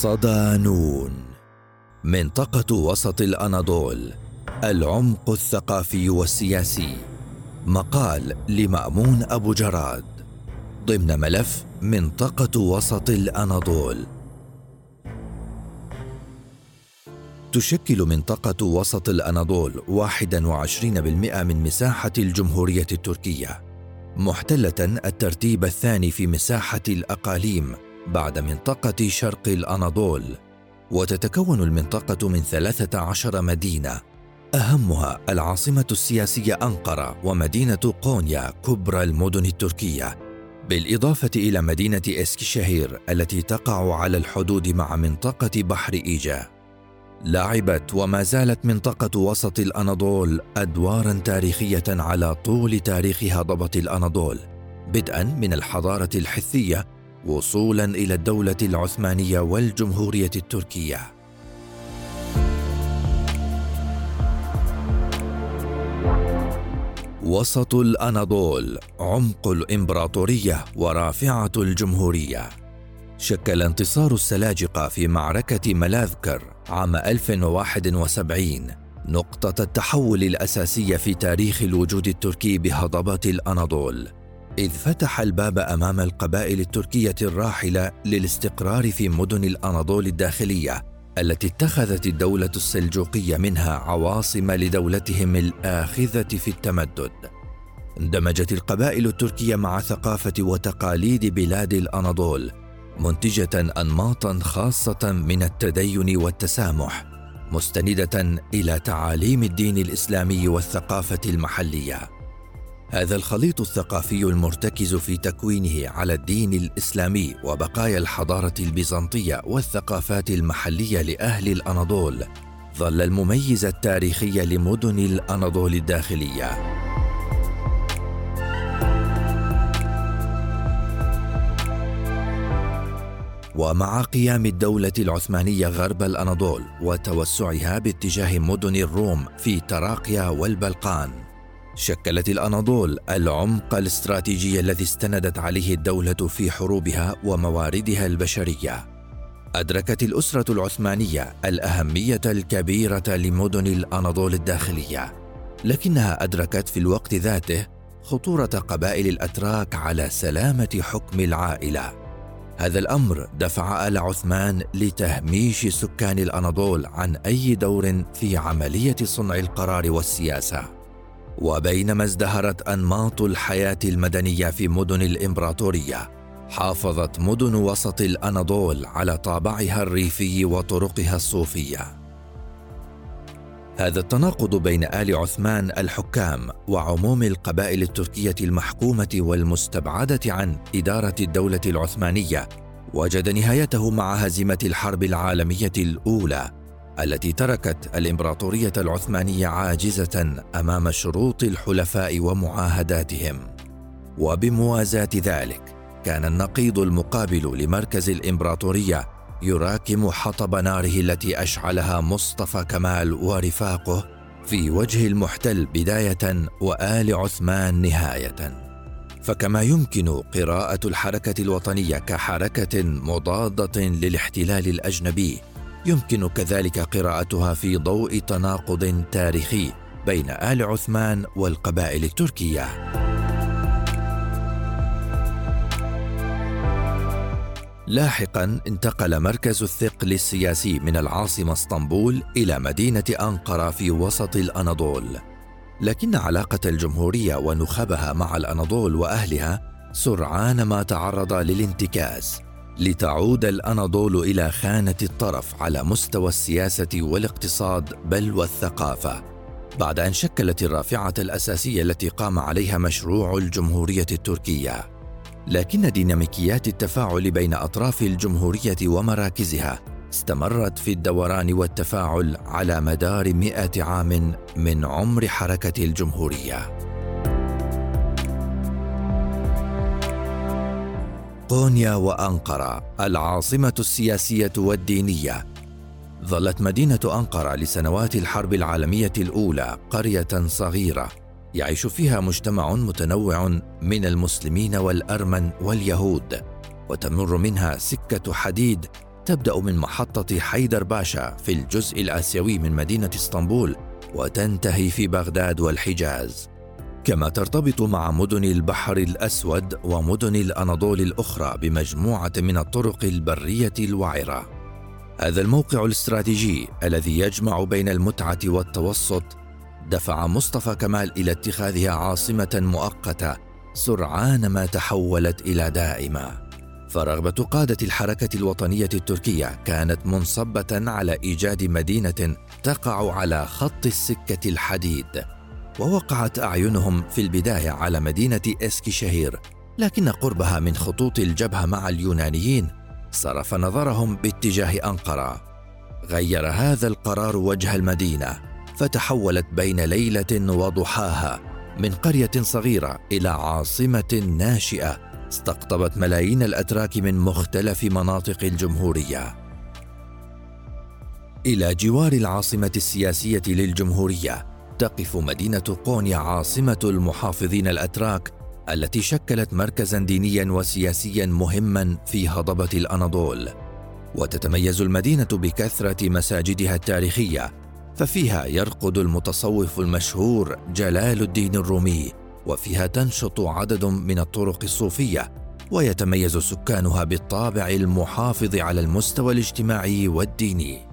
صدانون، منطقة وسط الأناضول، العمق الثقافي والسياسي. مقال لمأمون أبو جراد ضمن ملف منطقة وسط الأناضول. تشكل منطقة وسط الأناضول 21% من مساحة الجمهورية التركية، محتلة الترتيب الثاني في مساحة الأقاليم بعد منطقة شرق الأناضول. وتتكون المنطقة من 13 مدينة، أهمها العاصمة السياسية أنقرة ومدينة قونيا كبرى المدن التركية، بالإضافة إلى مدينة إسكشهير التي تقع على الحدود مع منطقة بحر إيجا. لعبت وما زالت منطقة وسط الأناضول أدواراً تاريخية على طول تاريخ هضبة الأناضول، بدءاً من الحضارة الحثية وصولاً إلى الدولة العثمانية والجمهورية التركية. وسط الأناضول، عمق الإمبراطورية ورافعة الجمهورية. شكل انتصار السلاجقة في معركة ملاذكر عام 1071 نقطة التحول الأساسية في تاريخ الوجود التركي بهضبة الأناضول، إذ فتح الباب أمام القبائل التركية الراحلة للاستقرار في مدن الأناضول الداخلية التي اتخذت الدولة السلجوقية منها عواصم لدولتهم الآخذة في التمدد. اندمجت القبائل التركية مع ثقافة وتقاليد بلاد الأناضول، منتجة أنماطاً خاصة من التدين والتسامح، مستندة إلى تعاليم الدين الإسلامي والثقافة المحلية. هذا الخليط الثقافي المرتكز في تكوينه على الدين الإسلامي وبقايا الحضارة البيزنطية والثقافات المحلية لأهل الأناضول ظل المميز التاريخي لمدن الأناضول الداخلية. ومع قيام الدولة العثمانية غرب الأناضول وتوسعها باتجاه مدن الروم في تراقيا والبلقان، شكلت الأناضول العمق الاستراتيجي الذي استندت عليه الدولة في حروبها ومواردها البشرية. أدركت الأسرة العثمانية الأهمية الكبيرة لمدن الأناضول الداخلية، لكنها أدركت في الوقت ذاته خطورة قبائل الأتراك على سلامة حكم العائلة. هذا الأمر دفع آل عثمان لتهميش سكان الأناضول عن أي دور في عملية صنع القرار والسياسة. وبينما ازدهرت أنماط الحياة المدنية في مدن الإمبراطورية، حافظت مدن وسط الأناضول على طابعها الريفي وطرقها الصوفية. هذا التناقض بين آل عثمان الحكام وعموم القبائل التركية المحكومة والمستبعدة عن إدارة الدولة العثمانية وجد نهايته مع هزيمة الحرب العالمية الأولى، التي تركت الإمبراطورية العثمانية عاجزة أمام شروط الحلفاء ومعاهداتهم. وبموازاة ذلك، كان النقيض المقابل لمركز الإمبراطورية يراكم حطب ناره التي أشعلها مصطفى كمال ورفاقه في وجه المحتل بداية وآل عثمان نهاية. فكما يمكن قراءة الحركة الوطنية كحركة مضادة للاحتلال الأجنبي، يمكن كذلك قراءتها في ضوء تناقض تاريخي بين آل عثمان والقبائل التركية. لاحقاً انتقل مركز الثقل السياسي من العاصمة اسطنبول إلى مدينة أنقرة في وسط الأناضول، لكن علاقة الجمهورية ونخبها مع الأناضول وأهلها سرعان ما تعرض للانتكاس، لتعود الأناضول إلى خانة الطرف على مستوى السياسة والاقتصاد بل والثقافة، بعد أن شكلت الرافعة الأساسية التي قام عليها مشروع الجمهورية التركية. لكن ديناميكيات التفاعل بين أطراف الجمهورية ومراكزها استمرت في الدوران والتفاعل على مدار 100 عام من عمر حركة الجمهورية. قونيا وأنقرة، العاصمة السياسية والدينية. ظلت مدينة أنقرة لسنوات الحرب العالمية الأولى قرية صغيرة يعيش فيها مجتمع متنوع من المسلمين والأرمن واليهود، وتمر منها سكة حديد تبدأ من محطة حيدر باشا في الجزء الآسيوي من مدينة اسطنبول وتنتهي في بغداد والحجاز، كما ترتبط مع مدن البحر الأسود ومدن الأناضول الأخرى بمجموعة من الطرق البرية الوعرة. هذا الموقع الاستراتيجي الذي يجمع بين المتعة والتوسط دفع مصطفى كمال إلى اتخاذها عاصمة مؤقتة سرعان ما تحولت إلى دائمة. فرغبة قادة الحركة الوطنية التركية كانت منصبة على إيجاد مدينة تقع على خط السكة الحديد، ووقعت أعينهم في البداية على مدينة إسكيشهير، لكن قربها من خطوط الجبهة مع اليونانيين صرف نظرهم باتجاه أنقرة. غير هذا القرار وجه المدينة، فتحولت بين ليلة وضحاها من قرية صغيرة إلى عاصمة ناشئة استقطبت ملايين الأتراك من مختلف مناطق الجمهورية. إلى جوار العاصمة السياسية للجمهورية تقف مدينة قونيا عاصمة المحافظين الأتراك، التي شكلت مركزاً دينياً وسياسياً مهماً في هضبة الأناضول. وتتميز المدينة بكثرة مساجدها التاريخية، ففيها يرقد المتصوف المشهور جلال الدين الرومي، وفيها تنشط عدد من الطرق الصوفية، ويتميز سكانها بالطابع المحافظ على المستوى الاجتماعي والديني.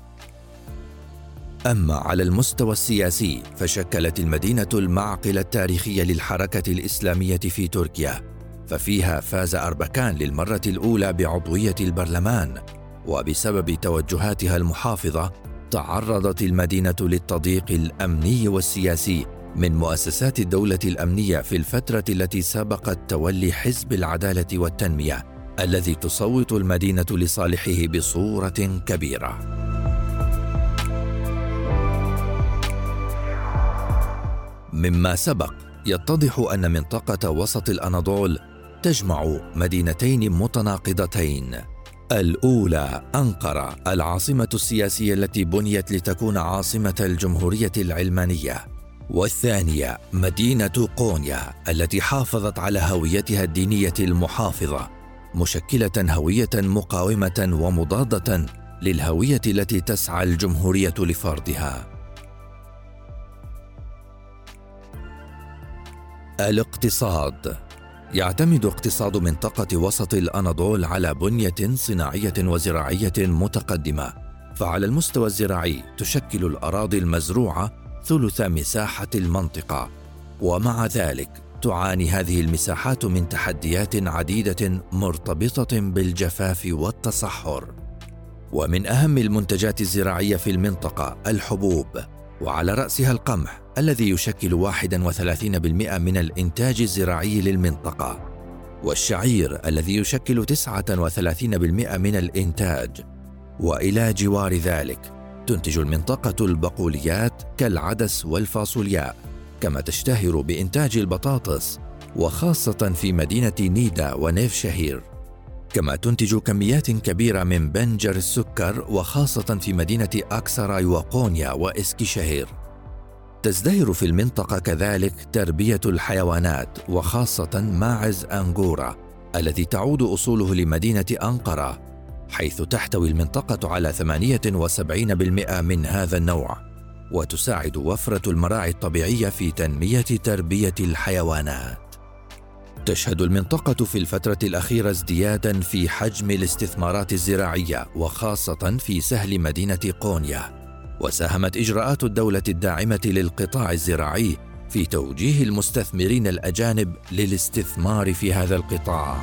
أما على المستوى السياسي فشكلت المدينة المعقل التاريخي للحركة الإسلامية في تركيا، ففيها فاز أربكان للمرة الأولى بعضوية البرلمان، وبسبب توجهاتها المحافظة تعرضت المدينة للتضييق الأمني والسياسي من مؤسسات الدولة الأمنية في الفترة التي سبقت تولي حزب العدالة والتنمية الذي تصوت المدينة لصالحه بصورة كبيرة. مما سبق يتضح أن منطقة وسط الأناضول تجمع مدينتين متناقضتين: الأولى أنقرة العاصمة السياسية التي بنيت لتكون عاصمة الجمهورية العلمانية، والثانية مدينة قونيا التي حافظت على هويتها الدينية المحافظة، مشكلة هوية مقاومة ومضادة للهوية التي تسعى الجمهورية لفرضها. الاقتصاد. يعتمد اقتصاد منطقة وسط الأناضول على بنية صناعية وزراعية متقدمة، فعلى المستوى الزراعي تشكل الأراضي المزروعة ثلث مساحة المنطقة، ومع ذلك تعاني هذه المساحات من تحديات عديدة مرتبطة بالجفاف والتصحر. ومن أهم المنتجات الزراعية في المنطقة الحبوب، وعلى رأسها القمح الذي يشكل 31% من الإنتاج الزراعي للمنطقة، والشعير الذي يشكل 39% من الإنتاج. وإلى جوار ذلك تنتج المنطقة البقوليات كالعدس والفاصولياء، كما تشتهر بإنتاج البطاطس، وخاصة في مدينة نيدا ونيفشهير. كما تنتج كميات كبيرة من بنجر السكر، وخاصة في مدينة أكسراي وقونيا وإسكيشهير. تزدهر في المنطقة كذلك تربية الحيوانات، وخاصة ماعز أنغورا الذي تعود أصوله لمدينة أنقرة، حيث تحتوي المنطقة على 78% من هذا النوع، وتساعد وفرة المراعي الطبيعية في تنمية تربية الحيوانات. تشهد المنطقة في الفترة الأخيرة ازدياداً في حجم الاستثمارات الزراعية، وخاصة في سهل مدينة قونيا. وساهمت إجراءات الدولة الداعمة للقطاع الزراعي في توجيه المستثمرين الأجانب للاستثمار في هذا القطاع.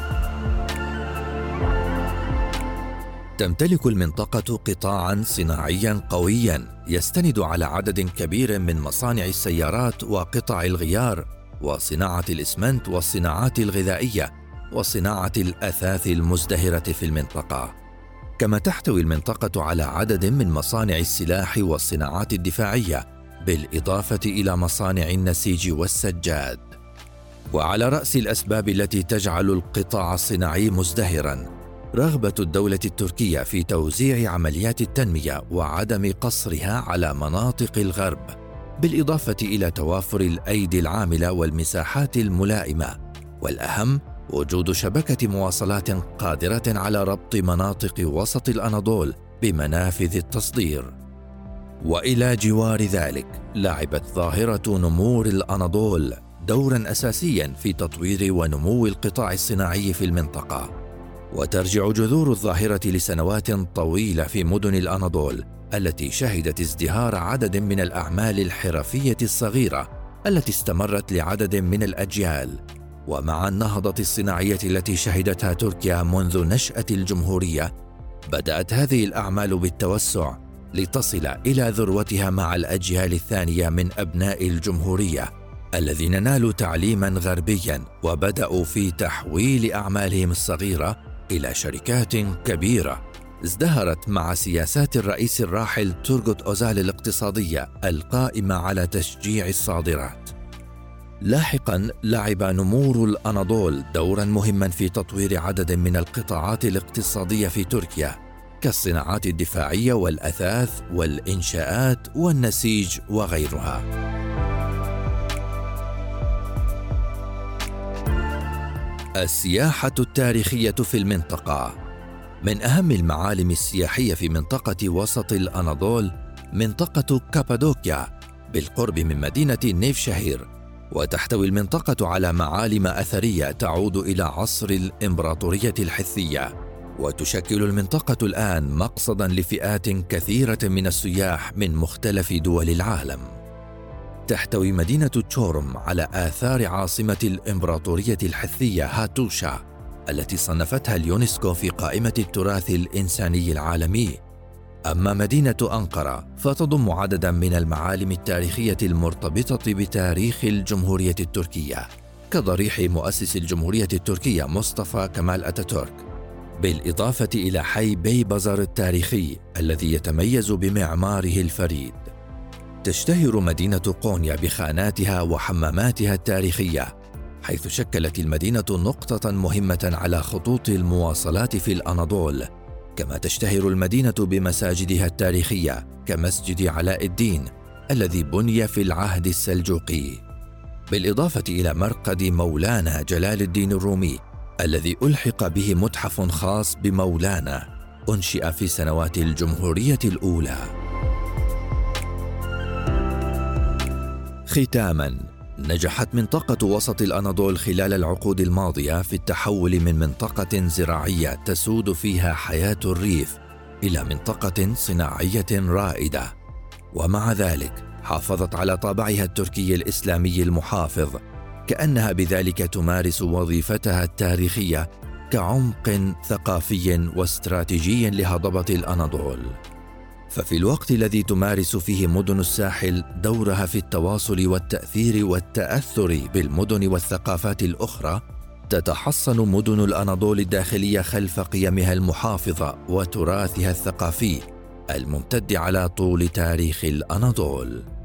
تمتلك المنطقة قطاعاً صناعياً قوياً يستند على عدد كبير من مصانع السيارات وقطع الغيار وصناعة الإسمنت والصناعات الغذائية وصناعة الأثاث المزدهرة في المنطقة. كما تحتوي المنطقة على عدد من مصانع السلاح والصناعات الدفاعية، بالإضافة إلى مصانع النسيج والسجاد. وعلى رأس الأسباب التي تجعل القطاع الصناعي مزدهراً رغبة الدولة التركية في توزيع عمليات التنمية وعدم قصرها على مناطق الغرب، بالإضافة إلى توافر الأيدي العاملة والمساحات الملائمة، والأهم وجود شبكة مواصلات قادرة على ربط مناطق وسط الأناضول بمنافذ التصدير. وإلى جوار ذلك، لعبت ظاهرة نمور الأناضول دورا أساسيا في تطوير ونمو القطاع الصناعي في المنطقة. وترجع جذور الظاهرة لسنوات طويلة في مدن الأناضول التي شهدت ازدهار عدد من الأعمال الحرفية الصغيرة التي استمرت لعدد من الأجيال. ومع النهضة الصناعية التي شهدتها تركيا منذ نشأة الجمهورية، بدأت هذه الأعمال بالتوسع لتصل إلى ذروتها مع الأجيال الثانية من أبناء الجمهورية الذين نالوا تعليما غربيا وبدأوا في تحويل أعمالهم الصغيرة إلى شركات كبيرة ازدهرت مع سياسات الرئيس الراحل تورغوت أوزال الاقتصادية القائمة على تشجيع الصادرات. لاحقا لعب نمور الأناضول دورا مهما في تطوير عدد من القطاعات الاقتصادية في تركيا كالصناعات الدفاعية والأثاث والإنشاءات والنسيج وغيرها. السياحة التاريخية في المنطقة. من أهم المعالم السياحية في منطقة وسط الأناضول منطقة كابادوكيا بالقرب من مدينة نيفشهير، وتحتوي المنطقة على معالم أثرية تعود إلى عصر الإمبراطورية الحثية، وتشكل المنطقة الآن مقصداً لفئات كثيرة من السياح من مختلف دول العالم. تحتوي مدينة تشورم على آثار عاصمة الإمبراطورية الحثية هاتوشا التي صنفتها اليونسكو في قائمة التراث الإنساني العالمي. أما مدينة أنقرة فتضم عدداً من المعالم التاريخية المرتبطة بتاريخ الجمهورية التركية كضريح مؤسس الجمهورية التركية مصطفى كمال أتاتورك، بالإضافة إلى حي بي بازار التاريخي الذي يتميز بمعماره الفريد. تشتهر مدينة قونيا بخاناتها وحماماتها التاريخية، حيث شكلت المدينة نقطة مهمة على خطوط المواصلات في الأناضول. كما تشتهر المدينة بمساجدها التاريخية كمسجد علاء الدين الذي بني في العهد السلجوقي، بالإضافة إلى مرقد مولانا جلال الدين الرومي الذي ألحق به متحف خاص بمولانا أنشئ في سنوات الجمهورية الأولى. ختاماً، نجحت منطقة وسط الأناضول خلال العقود الماضية في التحول من منطقة زراعية تسود فيها حياة الريف إلى منطقة صناعية رائدة، ومع ذلك حافظت على طابعها التركي الإسلامي المحافظ، كأنها بذلك تمارس وظيفتها التاريخية كعمق ثقافي واستراتيجي لهضبة الأناضول. ففي الوقت الذي تمارس فيه مدن الساحل دورها في التواصل والتأثير والتأثر بالمدن والثقافات الأخرى، تتحصن مدن الأناضول الداخلية خلف قيمها المحافظة وتراثها الثقافي الممتد على طول تاريخ الأناضول.